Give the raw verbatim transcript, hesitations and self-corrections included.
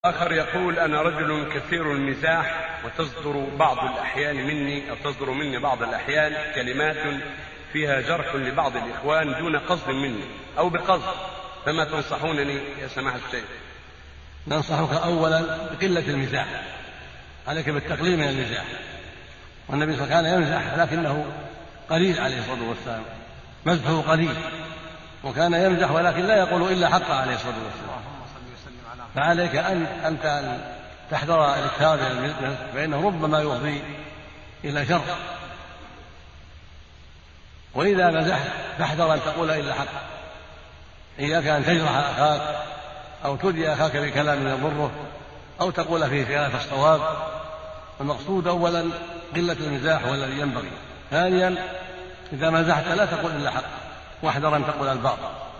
آخر يقول: أنا رجل كثير المزاح، وتصدر بعض الأحيان مني أو تصدر مني بعض الأحيان كلمات فيها جرح لبعض الإخوان دون قصد مني أو بقصد، فما تنصحونني يا سماحة الشيخ؟ ننصحك أولا بقلة المزاح، عليك بالتقليل من المزاح، والنبي صلى الله عليه وسلم كان يمزح لكنه قليل عليه الصلاة والسلام، مزحه قليل، وكان يمزح ولكن لا يقول إلا حق عليه الصلاة والسلام. فعليك أن أنت تحذر الاكثار من المزح، فإنه ربما يفضي إلى شر. وإذا مزحت فاحذر أن تقول إلا حق، إياك أن تجرح أخاك أو تؤذي أخاك بكلام يضره أو تقول فيه خلاف الصواب. المقصود أولا قلة المزاح والذي ينبغي. ثانيا إذا مزحت لا تقول إلا حق، واحذر أن تقول الباطل.